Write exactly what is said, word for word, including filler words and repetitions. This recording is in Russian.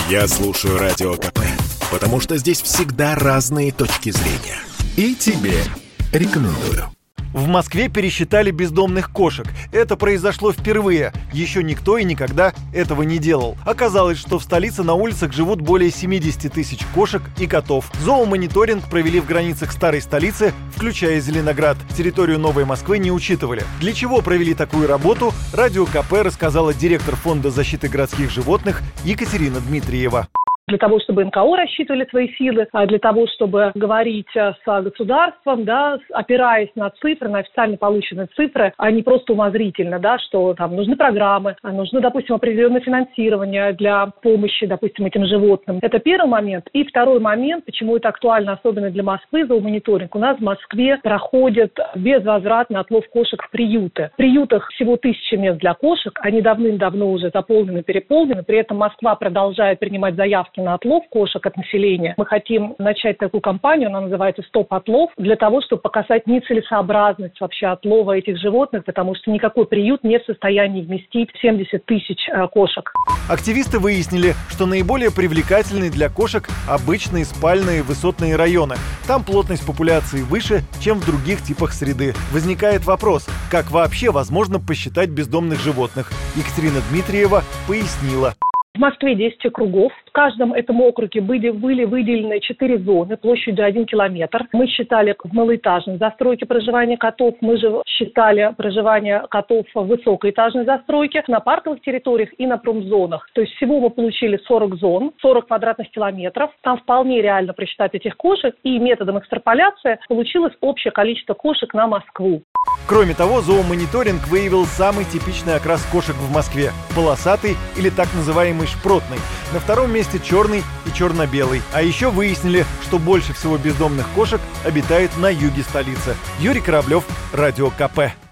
Я слушаю Радио КП, потому что здесь всегда разные точки зрения. И тебе рекомендую. В Москве пересчитали бездомных кошек. Это произошло впервые. Еще никто и никогда этого не делал. Оказалось, что в столице на улицах живут более семьдесят тысяч кошек и котов. Зоомониторинг провели в границах старой столицы, включая Зеленоград. Территорию Новой Москвы не учитывали. Для чего провели такую работу, Радио КП рассказала директор Фонда защиты городских животных Екатерина Дмитриева. Для того, чтобы эн ка о рассчитывали свои силы, для того, чтобы говорить с государством, да, опираясь на цифры, на официально полученные цифры, а не просто умозрительно, да, что там нужны программы, нужно, допустим, определенное финансирование для помощи, допустим, этим животным. Это первый момент. И второй момент, почему это актуально, особенно для Москвы, зоомониторинг. У нас в Москве проходит безвозвратный отлов кошек в приюты. В приютах всего тысяча мест для кошек, они давным-давно уже заполнены, переполнены. При этом Москва продолжает принимать заявки на отлов кошек от населения. Мы хотим начать такую кампанию, она называется «Стоп-отлов», для того, чтобы показать нецелесообразность вообще отлова этих животных, потому что никакой приют не в состоянии вместить семьдесят тысяч э, кошек. Активисты выяснили, что наиболее привлекательны для кошек обычные спальные высотные районы. Там плотность популяции выше, чем в других типах среды. Возникает вопрос, как вообще возможно посчитать бездомных животных? Екатерина Дмитриева пояснила. В Москве десять округов. В каждом этом округе были, были выделены четыре зоны площадью один километр. Мы считали в малоэтажной застройке проживания котов. Мы же считали проживание котов в высокоэтажной застройке, на парковых территориях и на промзонах. То есть всего мы получили сорок зон, сорок квадратных километров. Там вполне реально просчитать этих кошек. И методом экстраполяции получилось общее количество кошек на Москву. Кроме того, зоомониторинг выявил самый типичный окрас кошек в Москве – полосатый или так называемый шпротный. На втором месте черный и черно-белый. А еще выяснили, что больше всего бездомных кошек обитает на юге столицы. Юрий Кораблев, Радио КП.